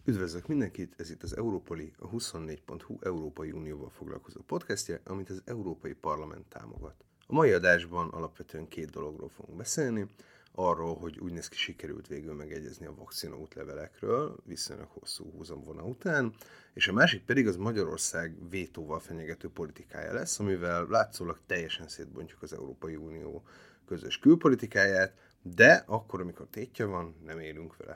Üdvözlök mindenkit, ez itt az Európoli, a 24.hu Európai Unióval foglalkozó podcastje, amit az Európai Parlament támogat. A mai adásban alapvetően két dologról fogunk beszélni, arról, hogy úgy néz ki, sikerült végül megegyezni a vakcina útlevelekről, viszonylag hosszú húzamvona után, és a másik pedig az Magyarország vétóval fenyegető politikája lesz, amivel látszólag teljesen szétbontjuk az Európai Unió közös külpolitikáját, de akkor, amikor tétje van, nem élünk vele.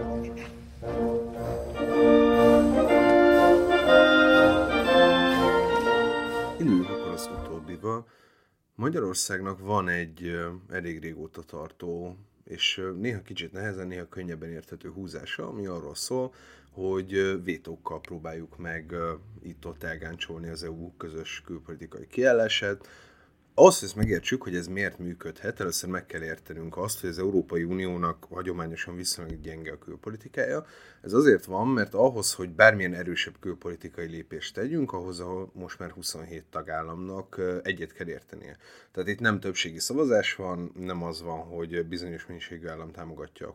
Induljunk akkor az utóbbival. Magyarországnak van egy elég régóta tartó, és néha kicsit nehezen, néha könnyebben érthető húzása, ami arról szól, hogy vétókkal próbáljuk meg itt-ott elgáncsolni az EU közös külpolitikai kiállását. Ahhoz, hogy ezt megértsük, hogy ez miért működhet, először meg kell értenünk azt, hogy az Európai Uniónak hagyományosan viszonylag gyenge a külpolitikája. Ez azért van, mert ahhoz, hogy bármilyen erősebb külpolitikai lépést tegyünk, ahhoz most már 27 tagállamnak egyet kell értenie. Tehát itt nem többségi szavazás van, nem az van, hogy bizonyos mennyiségű állam támogatja,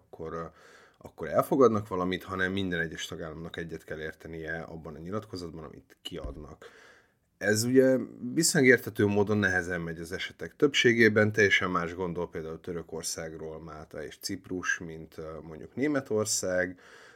akkor elfogadnak valamit, hanem minden egyes tagállamnak egyet kell értenie abban a nyilatkozatban, amit kiadnak. Ez ugye viszonylag érthető módon nehezen megy az esetek többségében, teljesen más gondol például Törökországról Málta és Ciprus, mint mondjuk Németország,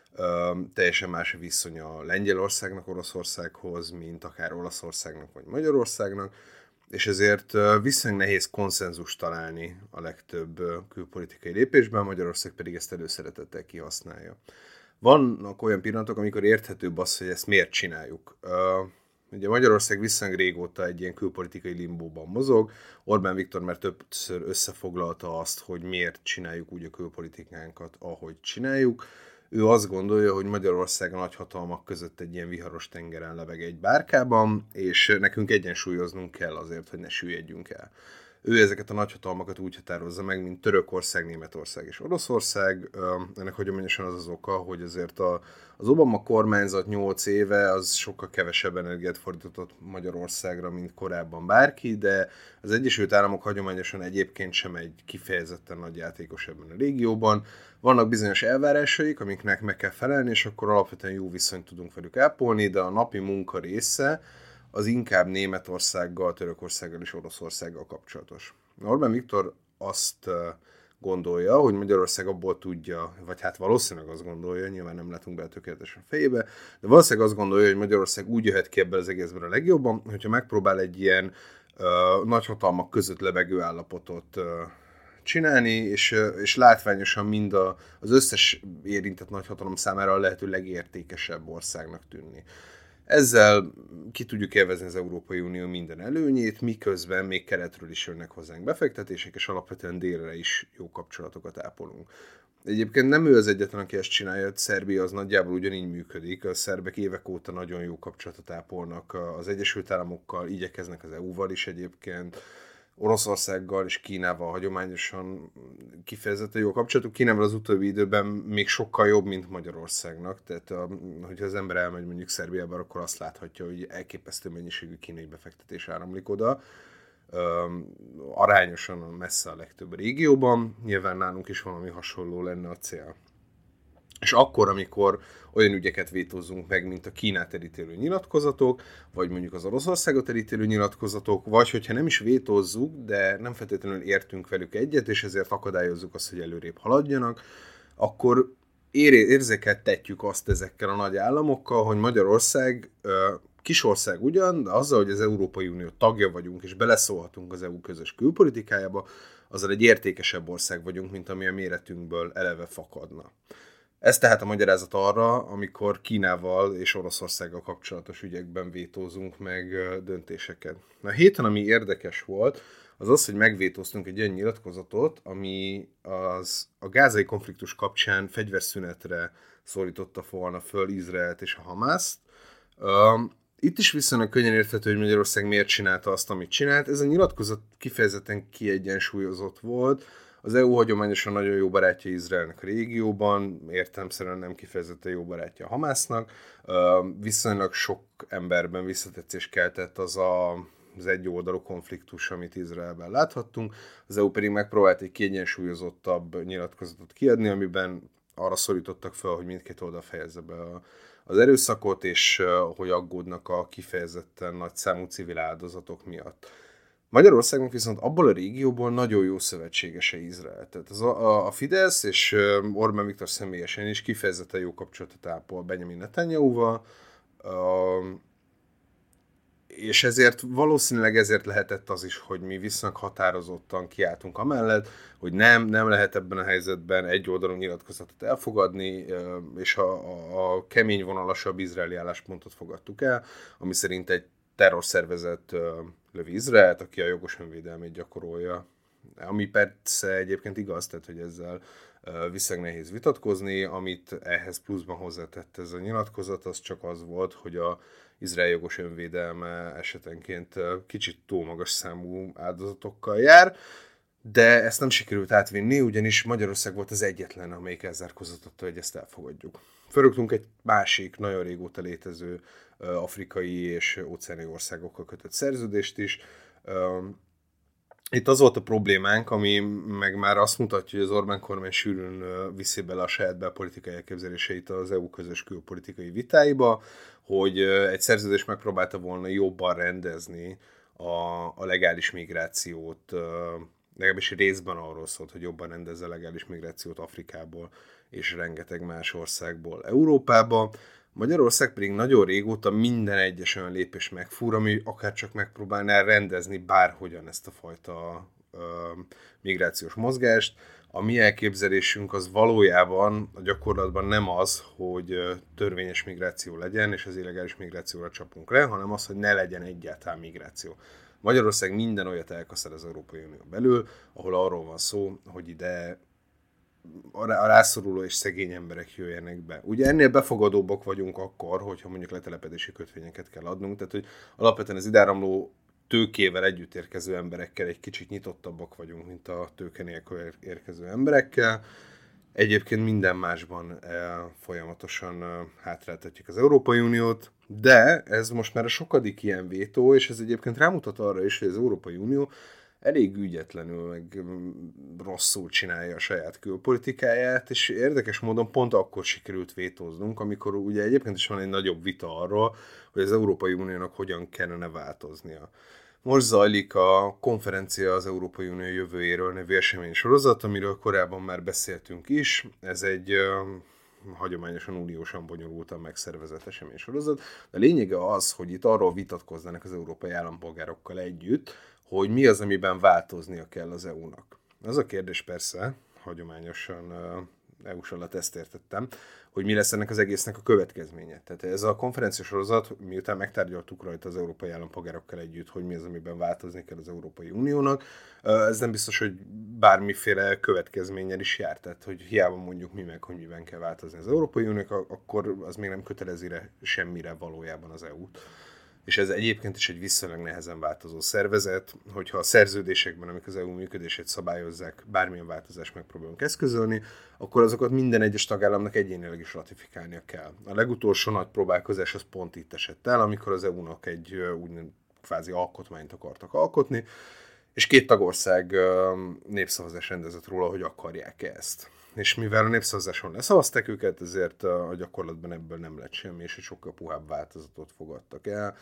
teljesen más a viszonya Lengyelországnak Oroszországhoz, mint akár Olaszországnak vagy Magyarországnak, és ezért viszonylag nehéz konszenzust találni a legtöbb külpolitikai lépésben, Magyarország pedig ezt előszeretettel kihasználja. Vannak olyan pillanatok, amikor érthetőbb az, hogy ezt miért csináljuk. Ugye Magyarország viszonylag régóta egy ilyen külpolitikai limbóban mozog. Orbán Viktor már többször összefoglalta azt, hogy miért csináljuk úgy a külpolitikánkat, ahogy csináljuk. Ő azt gondolja, hogy Magyarország a nagyhatalmak között egy ilyen viharos tengeren leveg egy bárkában, és nekünk egyensúlyoznunk kell azért, hogy ne süllyedjünk el. Ő ezeket a nagyhatalmakat úgy határozza meg, mint Törökország, Németország és Oroszország. Ennek hagyományosan az az oka, hogy azért az Obama kormányzat 8 éve az sokkal kevesebb energiát fordított Magyarországra, mint korábban bárki, de az Egyesült Államok hagyományosan egyébként sem egy kifejezetten nagy játékos ebben a régióban. Vannak bizonyos elvárásaik, amiknek meg kell felelni, és akkor alapvetően jó viszonyt tudunk velük ápolni, de a napi munka része az inkább Németországgal, Törökországgal és Oroszországgal kapcsolatos. Orbán Viktor azt gondolja, hogy Magyarország abból tudja, vagy hát valószínűleg azt gondolja, nyilván nem látunk bele tökéletesen fejébe, de valószínűleg azt gondolja, hogy Magyarország úgy jöhet ki ebből az egészből a legjobban, hogyha megpróbál egy ilyen nagyhatalmak között lebegő állapotot csinálni, és látványosan mind az összes érintett nagyhatalom számára a lehető legértékesebb országnak tűnni. Ezzel ki tudjuk élvezni az Európai Unió minden előnyét, miközben még keletről is jönnek hozzánk befektetések, és alapvetően délre is jó kapcsolatokat ápolunk. Egyébként nem ő az egyetlen, aki ezt csinálja, Szerbia az nagyjából ugyanígy működik. A szerbek évek óta nagyon jó kapcsolatot ápolnak az Egyesült Államokkal, igyekeznek az EU-val is egyébként, Oroszországgal és Kínával hagyományosan kifejezetten jó kapcsolatuk. Kínával az utóbbi időben még sokkal jobb, mint Magyarországnak. Tehát, hogyha az ember elmegy mondjuk Szerbiába, akkor azt láthatja, hogy elképesztő mennyiségű kínai befektetés áramlik oda. Arányosan messze a legtöbb régióban. Nyilván nálunk is valami hasonló lenne a cél. És akkor, amikor olyan ügyeket vétózzunk meg, mint a Kínát elítélő nyilatkozatok, vagy mondjuk az Oroszországot elítélő nyilatkozatok, vagy hogyha nem is vétózzuk, de nem feltétlenül értünk velük egyet, és ezért akadályozzuk azt, hogy előrébb haladjanak, akkor érzékeltetjük azt ezekkel a nagy államokkal, hogy Magyarország kis ország ugyan, de azzal, hogy az Európai Unió tagja vagyunk, és beleszólhatunk az EU közös külpolitikájába, azzal egy értékesebb ország vagyunk, mint ami a méretünkből eleve fakadna. Ez tehát a magyarázat arra, amikor Kínával és Oroszországgal kapcsolatos ügyekben vétózunk meg döntéseket. A héten, ami érdekes volt, az az, hogy megvétóztunk egy olyan nyilatkozatot, ami a gázai konfliktus kapcsán fegyverszünetre szólította volna föl Izraelt és a Hamászt. Itt is viszonylag könnyen érthető, hogy Magyarország miért csinálta azt, amit csinált. Ez a nyilatkozat kifejezetten kiegyensúlyozott volt. Az EU hagyományosan nagyon jó barátja Izraelnek a régióban, értelemszerűen nem kifejezetten jó barátja a Hamásznak. Viszonylag sok emberben visszatetszést keltett az egyoldalú konfliktus, amit Izraelben láthattunk. Az EU pedig megpróbált egy kiegyensúlyozottabb nyilatkozatot kiadni, amiben arra szorítottak fel, hogy mindkét oldal fejezze be az erőszakot, és hogy aggódnak a kifejezetten nagy számú civil áldozatok miatt. Magyarországnak viszont abból a régióból nagyon jó szövetségese Izrael. Tehát a Fidesz és Orbán Viktor személyesen is kifejezetten jó kapcsolatot ápol Benjamin Netanyahuval, és ezért valószínűleg ezért lehetett az is, hogy mi viszonylag határozottan kiálltunk amellett, hogy nem lehet ebben a helyzetben egyoldalú nyilatkozatot elfogadni, és a kemény vonalasabb izraeli álláspontot fogadtuk el, ami szerint egy terrorszervezet lövi Izraelt, aki a jogos önvédelmét gyakorolja. Ami persze egyébként igaz, tehát hogy ezzel viszonylag nehéz vitatkozni, amit ehhez pluszban hozzátett ez a nyilatkozat, az csak az volt, hogy a Izrael jogos önvédelme esetenként kicsit túl magas számú áldozatokkal jár, de ezt nem sikerült átvinni, ugyanis Magyarország volt az egyetlen, amelyik elzárkózott, hogy ezt elfogadjuk. Fölrögtünk egy másik, nagyon régóta létező afrikai és óceáni országokkal kötött szerződést is. Itt az volt a problémánk, ami meg már azt mutatja, hogy az Orbán kormány sűrűn viszi bele a saját belpolitikai elképzeléseit az EU közös külpolitikai vitáiba, hogy egy szerződés megpróbálta volna jobban rendezni a legális migrációt, legalábbis részben arról szólt, hogy jobban rendezze a legális migrációt Afrikából és rengeteg más országból Európába. Magyarország pedig nagyon régóta minden egyes olyan lépés megfúr, ami akár csak megpróbálná rendezni bárhogyan ezt a fajta migrációs mozgást. A mi elképzelésünk az valójában a gyakorlatban nem az, hogy törvényes migráció legyen, és az illegális migrációra csapunk le, hanem az, hogy ne legyen egyáltalán migráció. Magyarország minden olyat elkaszál az Európai Unió belül, ahol arról van szó, hogy ide a rászoruló és szegény emberek jöjjenek be. Ugye ennél befogadóbbak vagyunk akkor, hogyha mondjuk letelepedési kötvényeket kell adnunk, tehát hogy alapvetően az idáramló tőkével együtt érkező emberekkel egy kicsit nyitottabbak vagyunk, mint a tőke nélkül érkező emberekkel. Egyébként minden másban folyamatosan hátráltatjuk az Európai Uniót, de ez most már a sokadik ilyen vétó, és ez egyébként rámutat arra is, hogy az Európai Unió elég ügyetlenül, meg rosszul csinálja a saját külpolitikáját, és érdekes módon pont akkor sikerült vétóznunk, amikor ugye egyébként is van egy nagyobb vita arról, hogy az Európai Uniónak hogyan kellene változnia. Most zajlik a konferencia az Európai Unió jövőjéről nevű eseménysorozat, amiről korábban már beszéltünk is. Ez egy hagyományosan uniósan bonyolultan megszervezett eseménysorozat. De a lényege az, hogy itt arról vitatkoznának az európai állampolgárokkal együtt, hogy mi az, amiben változnia kell az EU-nak. Az a kérdés persze, hagyományosan EU-s alatt ezt értettem, hogy mi lesz ennek az egésznek a következménye. Tehát ez a konferenciasorozat, miután megtárgyaltuk rajta az európai állampolgárokkal együtt, hogy mi az, amiben változni kell az Európai Uniónak, ez nem biztos, hogy bármiféle következménnyel is jár. Tehát, hogy hiába mondjuk mi meg, hogy miben kell változni az Európai Uniónak, akkor az még nem kötelezi semmire valójában az EU-t. És ez egyébként is egy viszonylag nehezen változó szervezet, hogyha a szerződésekben, amik az EU működését szabályozzák, bármilyen változást megpróbálunk eszközölni, akkor azokat minden egyes tagállamnak egyénileg is ratifikálnia kell. A legutolsó nagy próbálkozás az pont itt esett el, amikor az EU-nak egy úgynevezett kvázi alkotmányt akartak alkotni, és 2 tagország népszavazás rendezett róla, hogy akarják ezt. És mivel a népszavazáson leszavazták őket, ezért a gyakorlatban ebből nem lett semmi, és egy sokkal puhább változatot fogadtak el.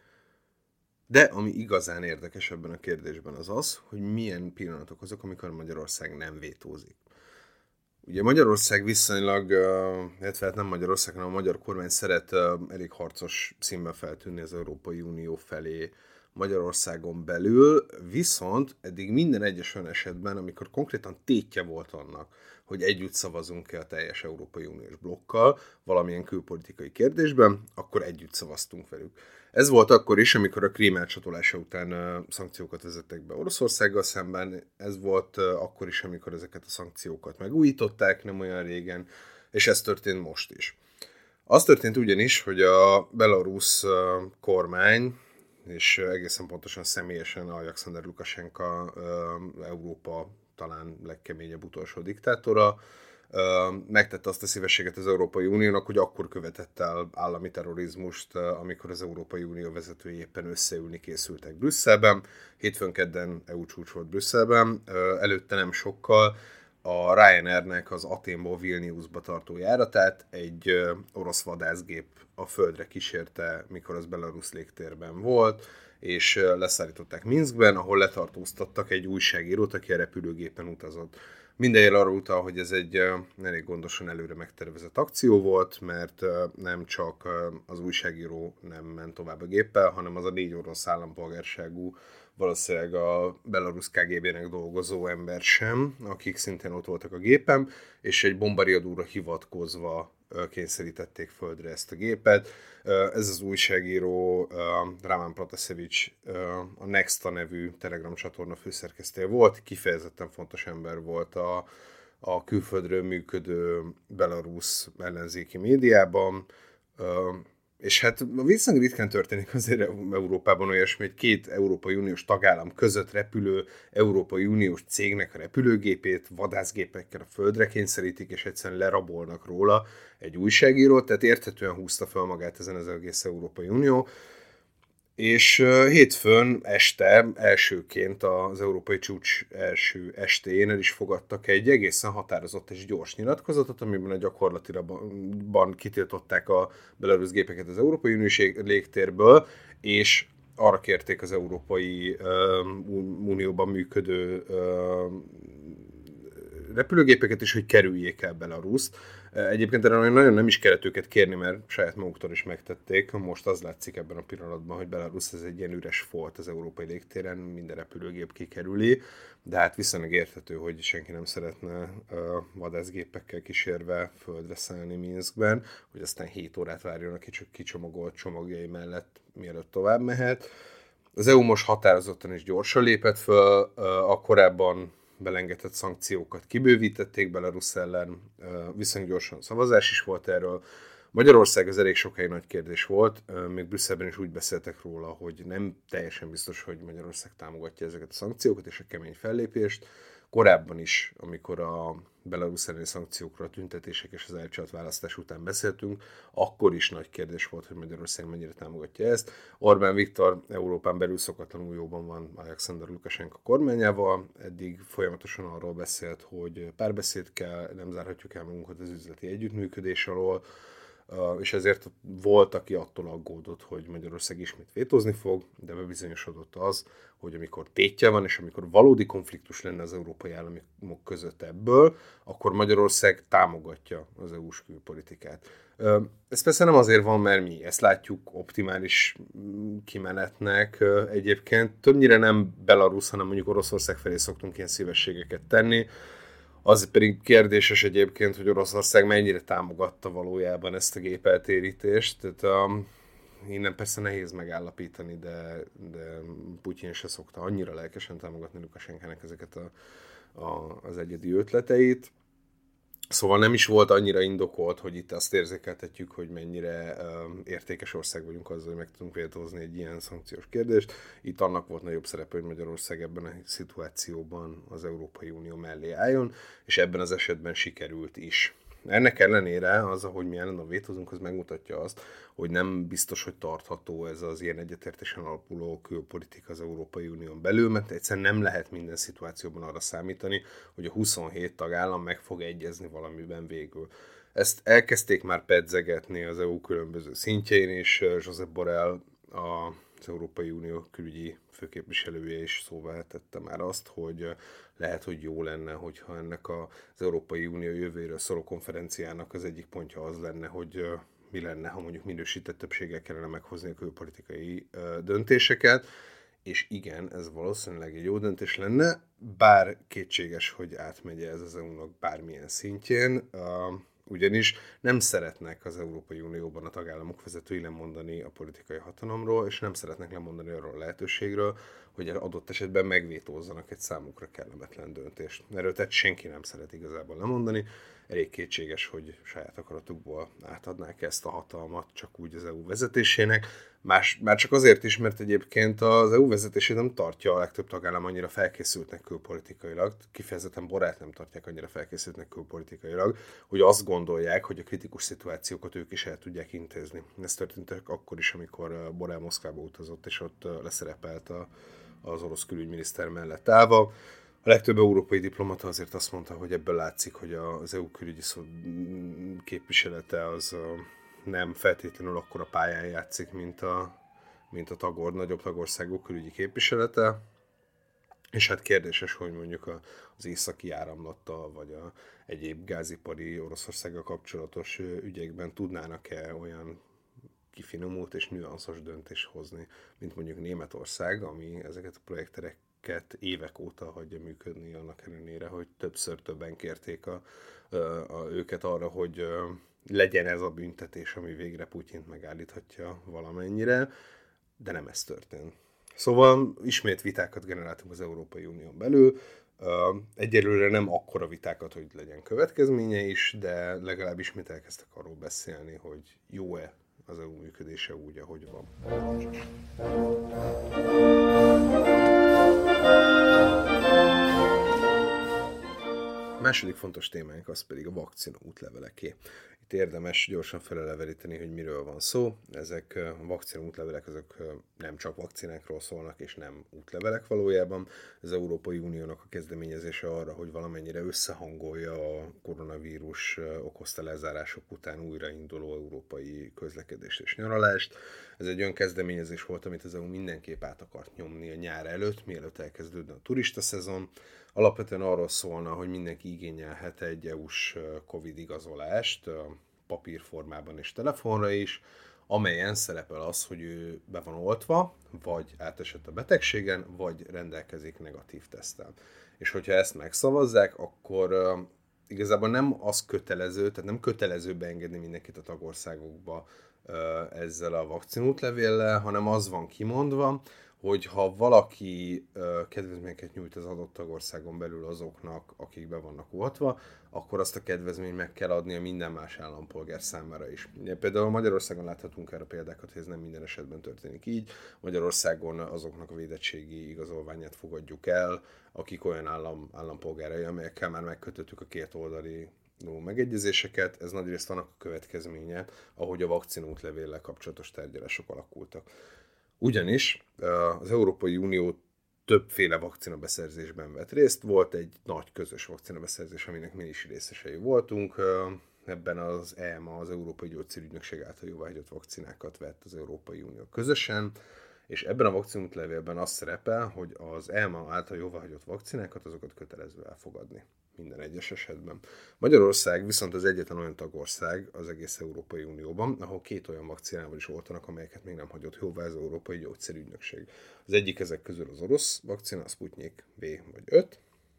De ami igazán érdekes ebben a kérdésben az az, hogy milyen pillanatok azok, amikor Magyarország nem vétózik. Ugye Magyarország viszonylag, illetve hát nem Magyarország, hanem a magyar kormány szeret elég harcos színben feltűnni az Európai Unió felé Magyarországon belül, viszont eddig minden egyes olyan esetben, amikor konkrétan tétje volt annak, hogy együtt szavazunk-e a teljes Európai Uniós blokkal valamilyen külpolitikai kérdésben, akkor együtt szavaztunk velük. Ez volt akkor is, amikor a Krím elcsatolása után szankciókat vezettek be Oroszországgal szemben, ez volt akkor is, amikor ezeket a szankciókat megújították nem olyan régen, és ez történt most is. Az történt ugyanis, hogy a belarusz kormány, és egészen pontosan személyesen Alexander Lukasenka, Európa talán legkeményebb utolsó diktátora, megtette azt a szívességet az Európai Uniónak, hogy akkor követett el állami terrorizmust, amikor az Európai Unió vezetői éppen összeülni készültek Brüsszelben. Hétfőn kedden EU csúcs volt Brüsszelben, előtte nem sokkal a Ryanairnek az Athénból Vilniusba tartó járatát egy orosz vadászgép a földre kísérte, mikor az Belarus légtérben volt, és leszállították Minskben, ahol letartóztattak egy újságírót, aki a repülőgépen utazott. Minden jel arra utal, hogy ez egy elég gondosan előre megtervezett akció volt, mert nem csak az újságíró nem ment tovább a géppel, hanem az a 4 orosz állampolgárságú, valószínűleg a Belarus KGB-nek dolgozó ember sem, akik szintén ott voltak a gépen, és egy bombariadóra hivatkozva kényszerítették földre ezt a gépet. Ez az újságíró Raman Protasevich, a Nexta nevű Telegram csatorna főszerkesztője volt, kifejezetten fontos ember volt a külföldről működő Belarus ellenzéki médiában, és hát viszonylag ritkán történik azért Európában olyasmi, hogy 2 Európai Uniós tagállam között repülő Európai Uniós cégnek a repülőgépét vadászgépekkel a földre kényszerítik, és egyszerűen lerabolnak róla egy újságírót, tehát érthetően húzta fel magát ezen az egész Európai Unió. És hétfőn este elsőként az Európai Csúcs első estén el is fogadtak egy egészen határozott és gyors nyilatkozatot, amiben a gyakorlatilag kitiltották a belarusz gépeket az Európai Uniós légtérből, és arra kérték az Európai Unióban működő repülőgépeket is, hogy kerüljék el Belaruszt. Egyébként erre nagyon nem is kellett őket kérni, mert saját maguktól is megtették. Most az látszik ebben a pillanatban, hogy Belarus ez egy ilyen üres folt az európai légtéren, minden repülőgép kikerüli, de hát viszonylag érthető, hogy senki nem szeretne vadászgépekkel kísérve földre szállni Minskben, hogy aztán 7 órát várjon a kicsomagolt csomagjai mellett, mielőtt tovább mehet. Az EU most határozottan és gyorsan lépett föl, a korábban belengedett szankciókat kibővítették Belarus ellen, viszonylag gyorsan szavazás is volt erről. Magyarország az elég sokáig nagy kérdés volt, még Brüsszelben is úgy beszéltek róla, hogy nem teljesen biztos, hogy Magyarország támogatja ezeket a szankciókat és a kemény fellépést. Korábban is, amikor a Belarus elleni szankciókról, a tüntetések és az elcsalt választás után beszéltünk, akkor is nagy kérdés volt, hogy Magyarország mennyire támogatja ezt. Orbán Viktor Európán belül szokatlanul jóban van Alexander Lukasenko kormányával, eddig folyamatosan arról beszélt, hogy párbeszéd kell, nem zárhatjuk el magunkat az üzleti együttműködés alól, és ezért volt, aki attól aggódott, hogy Magyarország ismét vétózni fog, de bebizonyosodott az, hogy amikor tétje van, és amikor valódi konfliktus lenne az európai államok között ebből, akkor Magyarország támogatja az EU-s külpolitikát. Ez persze nem azért van, mert mi ezt látjuk optimális kimenetnek egyébként. Többnyire nem Belarus, hanem mondjuk Oroszország felé szoktunk ilyen szívességeket tenni. Az pedig kérdéses egyébként, hogy Oroszország mennyire támogatta valójában ezt a gépeltérítést. Tehát innen persze nehéz megállapítani, de Putyin se szokta annyira lelkesen támogatni Lukasenkának ezeket az egyedi ötleteit. Szóval nem is volt annyira indokolt, hogy itt azt érzékeltetjük, hogy mennyire értékes ország vagyunk azzal, hogy meg tudunk vétózni egy ilyen szankciós kérdést. Itt annak volt nagyobb szerepe, hogy Magyarország ebben a szituációban az Európai Unió mellé álljon, és ebben az esetben sikerült is. Ennek ellenére az, ahogy mi állandóan vétózunk, az megmutatja azt, hogy nem biztos, hogy tartható ez az ilyen egyetértésen alapuló külpolitika az Európai Unión belül, mert egyszerűen nem lehet minden szituációban arra számítani, hogy a 27 tagállam meg fog egyezni valamiben végül. Ezt elkezdték már pedzegetni az EU különböző szintjein, és Josep Borrell, az Európai Unió külügyi főképviselője is szóvá tette már azt, hogy lehet, hogy jó lenne, hogyha ennek az Európai Unió jövőről szóló konferenciának az egyik pontja az lenne, hogy mi lenne, ha mondjuk minősített többséggel kellene meghozni a külpolitikai döntéseket, és igen, ez valószínűleg egy jó döntés lenne, bár kétséges, hogy átmegy ez az EU-nak bármilyen szintjén, ugyanis nem szeretnek az Európai Unióban a tagállamok vezetői lemondani a politikai hatalomról, és nem szeretnek lemondani arról a lehetőségről, hogy adott esetben megvétózzanak egy számukra kellemetlen döntést. Erről tehát senki nem szeret igazából lemondani. Elég kétséges, hogy saját akaratukból átadnák ezt a hatalmat csak úgy az EU vezetésének. Már csak azért is, mert egyébként az EU vezetését nem tartja a legtöbb tagállam annyira felkészültnek külpolitikailag, kifejezetten Borrellt nem tartják annyira felkészültnek külpolitikailag, hogy azt gondolják, hogy a kritikus szituációkat ők is el tudják intézni. Ez történt akkor is, amikor Borrell Moszkvába utazott, és ott leszerepelt az orosz külügyminiszter mellett állva. A legtöbb európai diplomata azért azt mondta, hogy ebből látszik, hogy az EU külügyi képviselete az nem feltétlenül akkora pályán játszik, mint a nagyobb tagországok külügyi képviselete. És hát kérdéses, hogy mondjuk az északi áramlattal, vagy egyéb gázipari Oroszországgal kapcsolatos ügyekben tudnának-e olyan kifinomult és nüanszos döntést hozni, mint mondjuk Németország, ami ezeket a projekteket évek óta hagyja működni, annak ellenére, hogy többször többen kérték őket arra, hogy legyen ez a büntetés, ami végre Putyint megállíthatja valamennyire, de nem ez történt. Szóval ismét vitákat generáltunk az Európai Unión belül, egyelőre nem akkora vitákat, hogy legyen következménye is, de legalább ismét elkezdtek arról beszélni, hogy jó-e az EU működése úgy, ahogy van. A második fontos témánk az pedig a vakcina útleveleké. Itt érdemes gyorsan feleleveníteni, hogy miről van szó. Ezek a vakcina útlevelek, ezek nem csak vakcinákról szólnak, és nem útlevelek valójában. Az Európai Uniónak a kezdeményezése arra, hogy valamennyire összehangolja a koronavírus okozta lezárások után újrainduló európai közlekedést és nyaralást. Ez egy olyan kezdeményezés volt, amit az EU mindenképp át akart nyomni a nyár előtt, mielőtt elkezdődne a turista szezon. Alapvetően arról szólna, hogy mindenki igényelhet egy EU-s Covid igazolást papírformában és telefonra is, amelyen szerepel az, hogy ő be van oltva, vagy átesett a betegségen, vagy rendelkezik negatív teszttel. És hogyha ezt megszavazzák, akkor igazából nem az kötelező, tehát nem kötelező beengedni mindenkit a tagországokba ezzel a vakcinútlevéllel, hanem az van kimondva, hogy ha valaki kedvezményeket nyújt az adott tagországon belül azoknak, akik be vannak oltva, akkor azt a kedvezményt meg kell adni a minden más állampolgár számára is. Például Magyarországon láthatunk erre példákat, hogy ez nem minden esetben történik így. Magyarországon azoknak a védettségi igazolványát fogadjuk el, akik olyan állampolgárai, amelyekkel már megkötöttük a kétoldali megegyezéseket. Ez nagyrészt annak a következménye, ahogy a vakcinútlevéllel kapcsolatos tárgyalások alakultak. Ugyanis az Európai Unió többféle vakcinabeszerzésben vett részt. Volt egy nagy közös vakcinabeszerzés, aminek mi is részesei voltunk. Ebben az EMA, az Európai Gyógyszerügynökség által jóváhagyott vakcinákat vett az Európai Unió közösen, és ebben a vakcinútlevélben az szerepel, hogy az EMA által jóváhagyott vakcinákat, azokat kötelező elfogadni minden egyes esetben. Magyarország viszont az egyetlen olyan tagország az egész Európai Unióban, ahol 2 olyan vakcinával is oltanak, amelyeket még nem hagyott jóvá az Európai Gyógyszerügynökség. Az egyik ezek közül az orosz vakcina, a Sputnik V vagy 5,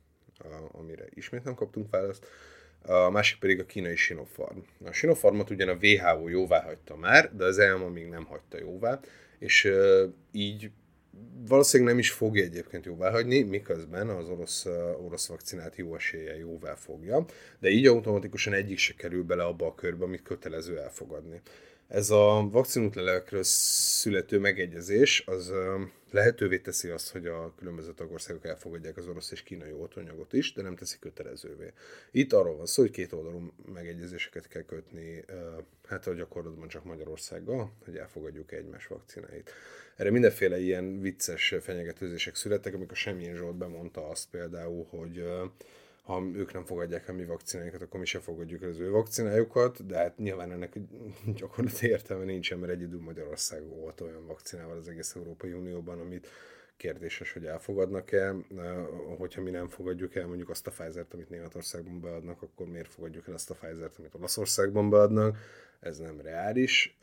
amire ismét nem kaptunk választ, a másik pedig a kínai Sinopharm. A Sinopharmot ugyan a WHO jóvá hagyta már, de az EMA még nem hagyta jóvá, és így valószínűleg nem is fogja egyébként jóváhagyni, miközben az orosz vakcinát jó eséllyel jóvá fogja, de így automatikusan egyik se kerül bele abba a körbe, amit kötelező elfogadni. Ez a vakcinútlevelekről születő megegyezés az lehetővé teszi azt, hogy a különböző tagországok elfogadják az orosz és kínai oltóanyagot is, de nem teszi kötelezővé. Itt arról van szó, hogy 2 oldalú megegyezéseket kell kötni, hát a gyakorlatban csak Magyarországgal, hogy elfogadjuk egymás vakcináit. Erre mindenféle ilyen vicces fenyegetőzések születtek, amikor Semjén Zsolt bemondta azt például, hogy ha ők nem fogadják el mi vakcináinkat, akkor mi se fogadjuk el az ő vakcinájukat, de hát nyilván ennek gyakorlati értelme nincsen, mert egyedül Magyarország volt olyan vakcinával az egész Európai Unióban, amit kérdéses, hogy elfogadnak-e. Hogyha mi nem fogadjuk el mondjuk azt a Pfizer-t, amit Németországban beadnak, akkor miért fogadjuk el azt a Pfizer-t, amit Olaszországban beadnak? Ez nem reális.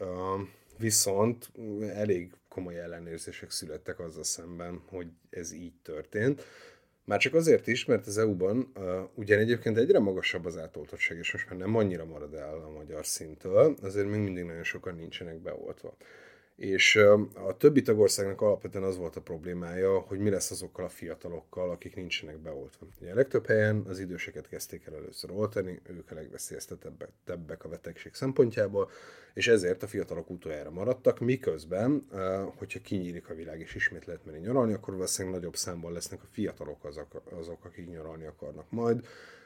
Viszont elég komoly ellenérzések születtek azzal szemben, hogy ez így történt. Már csak azért is, mert az EU-ban ugyan egyébként egyre magasabb az átoltottság, és most már nem annyira marad el a magyar szinttől, azért még mindig nagyon sokan nincsenek beoltva. És a többi tagországnak alapvetően az volt a problémája, hogy mi lesz azokkal a fiatalokkal, akik nincsenek beoltva. Ugye a legtöbb helyen az időseket kezdték el először oltani, ők a legveszélyeztetebbek a betegség szempontjából, és ezért a fiatalok utoljára maradtak, miközben, hogyha kinyílik a világ és ismét lehet menni nyaralni, akkor valószínűleg nagyobb számban lesznek a fiatalok azok, akik nyaralni akarnak majd,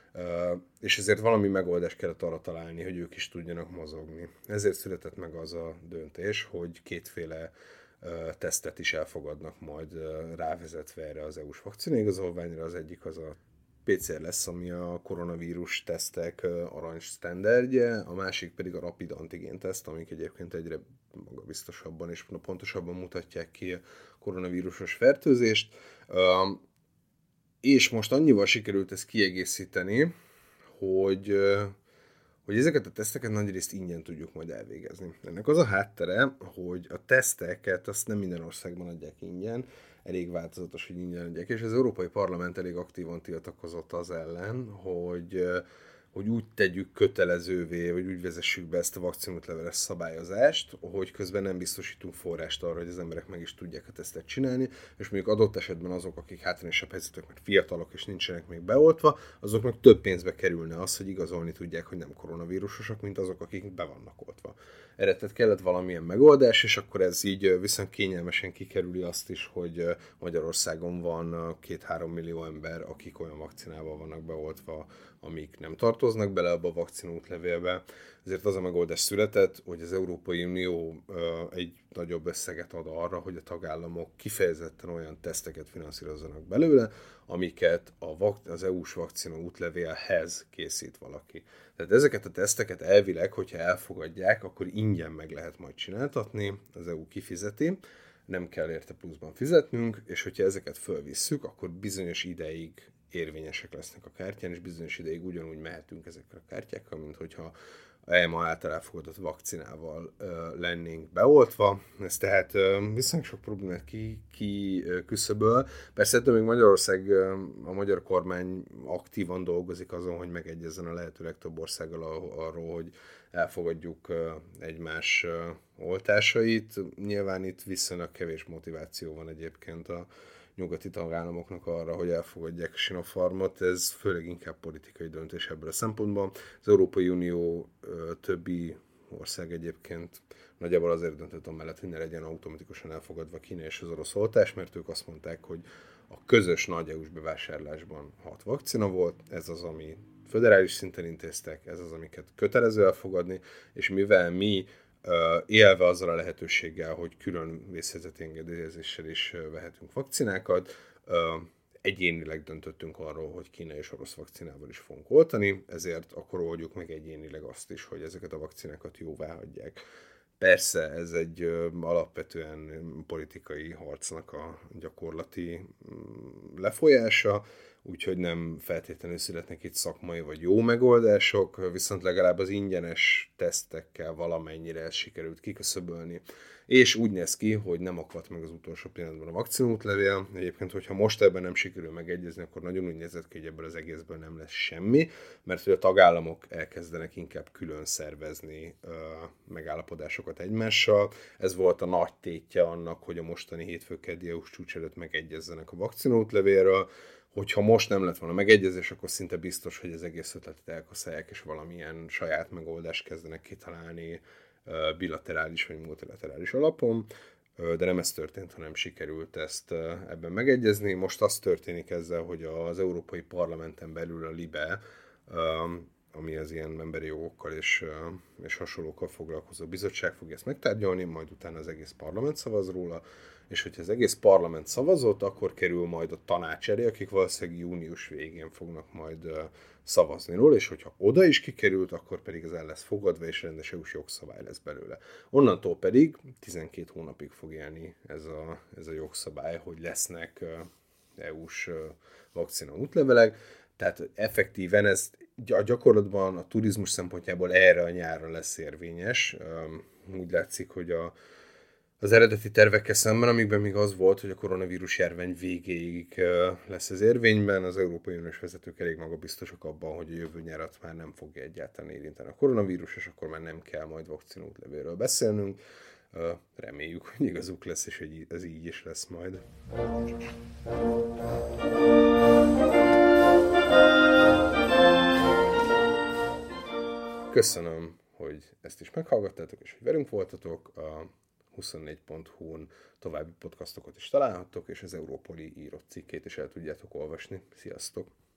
és ezért valami megoldást kellett arra találni, hogy ők is tudjanak mozogni. Ezért született meg az a döntés, hogy 2 tesztet is elfogadnak majd rávezetve erre az EU-s vakcinaigazolványra. Az egyik az a PCR lesz, ami a koronavírus tesztek arany sztenderdje, a másik pedig a rapid antigén teszt, amik egyébként egyre magabiztosabban és pontosabban mutatják ki a koronavírusos fertőzést. És most annyival sikerült ezt kiegészíteni, hogy ezeket a teszteket nagyrészt ingyen tudjuk majd elvégezni. Ennek az a háttere, hogy a teszteket azt nem minden országban adják ingyen, elég változatos, hogy ingyen adják, és az Európai Parlament elég aktívan tiltakozott az ellen, hogy úgy tegyük kötelezővé, vagy úgy vezessük be ezt a vakcinútleveles szabályozást, hogy közben nem biztosítunk forrást arra, hogy az emberek meg is tudják a tesztet csinálni, és mondjuk adott esetben azok, akik hátrányosabb helyzetük, mert fiatalok és nincsenek még beoltva, azoknak több pénzbe kerülne az, hogy igazolni tudják, hogy nem koronavírusosak, mint azok, akik be vannak oltva. Erre tehát kellett valamilyen megoldás, és akkor ez így viszont kényelmesen kikerüli azt is, hogy Magyarországon van 2-3 millió ember, akik olyan vakcinával vannak beoltva, amik nem tartoznak bele abba a vakcinútlevélbe. Ezért az a megoldás született, hogy az Európai Unió egy nagyobb összeget ad arra, hogy a tagállamok kifejezetten olyan teszteket finanszírozzanak belőle, amiket az EU-s vakcina útlevélhez készít valaki. Tehát ezeket a teszteket elvileg, hogyha elfogadják, akkor ingyen meg lehet majd csináltatni, az EU kifizeti, nem kell érte pluszban fizetnünk, és hogyha ezeket fölvisszük, akkor bizonyos ideig érvényesek lesznek a kártyán, és bizonyos ideig ugyanúgy mehetünk ezekkel a kártyákkal, mint hogyha EMA által elfogadott vakcinával lennénk beoltva. Ez tehát viszonylag sok problémát kiküszöböl. Persze ettől még Magyarország, a magyar kormány aktívan dolgozik azon, hogy megegyezzen a lehető legtöbb országgal arról, hogy elfogadjuk egymás oltásait. Nyilván itt viszonylag kevés motiváció van egyébként a nyugati tagállamoknak arra, hogy elfogadják a Sinopharmot, ez főleg inkább politikai döntés ebből a szempontból. Az Európai Unió többi ország egyébként nagyjából azért döntött amellett, hogy ne legyen automatikusan elfogadva Kína és az orosz oltás, mert ők azt mondták, hogy a közös nagy EU-s bevásárlásban 6 vakcina volt, ez az, ami föderális szinten intéztek, ez az, amiket kötelező elfogadni, és mivel mi élve azzal a lehetőséggel, hogy külön vészhelyzeti engedélyezéssel is vehetünk vakcinákat, egyénileg döntöttünk arról, hogy kínai és orosz vakcinával is fogunk oltani, ezért akkor oldjuk meg egyénileg azt is, hogy ezeket a vakcinákat jóvá hagyják. Persze ez egy alapvetően politikai harcnak a gyakorlati lefolyása, úgyhogy nem feltétlenül születnek itt szakmai vagy jó megoldások, viszont legalább az ingyenes tesztekkel valamennyire sikerült kiköszöbölni. És úgy néz ki, hogy nem akadt meg az utolsó pillanatban a vakcinútlevél. Egyébként, hogyha most ebben nem sikerül megegyezni, akkor nagyon úgy nézett ki, hogy ebből az egészből nem lesz semmi, mert hogy a tagállamok elkezdenek inkább külön szervezni megállapodásokat egymással. Ez volt a nagy tétje annak, hogy a mostani hétfő-keddi EU-s csúcs előtt megegyezzenek a vakcinútlevélről. Hogyha most nem lett volna megegyezés, akkor szinte biztos, hogy az egész ötletet elkaszálják, és valamilyen saját megoldást kezdenek kitalálni bilaterális vagy multilaterális alapon, de nem ez történt, hanem sikerült ezt ebben megegyezni. Most az történik ezzel, hogy az Európai Parlamenten belül a LIBE, ami az ilyen emberi jogokkal és hasonlókkal foglalkozó bizottság fogja ezt megtárgyalni, majd utána az egész parlament szavaz róla, és hogyha az egész parlament szavazott, akkor kerül majd a tanács elé, akik valószínűleg június végén fognak majd szavazni róla, és hogyha oda is kikerült, akkor pedig ez el lesz fogadva, és rendes EU-s jogszabály lesz belőle. Onnantól pedig 12 hónapig fog élni ez a jogszabály, hogy lesznek EU-s vakcina útlevelek, tehát effektíven ez a gyakorlatban a turizmus szempontjából erre a nyárra lesz érvényes. Úgy látszik, hogy az eredeti tervekkel szemben, amikben még az volt, hogy a koronavírus járvány végéig lesz ez érvényben, az Európai Uniós vezetők elég magabiztosak abban, hogy a jövő nyárat már nem fogja egyáltalán érinteni a koronavírus, és akkor már nem kell majd vakcinútlevélről beszélnünk. Reméljük, hogy igazuk lesz, és hogy ez így is lesz majd. Köszönöm, hogy ezt is meghallgattátok, és hogy velünk voltatok. A 24.hu-n további podcastokat is találhattok, és az Európoli írott cikkét is el tudjátok olvasni. Sziasztok!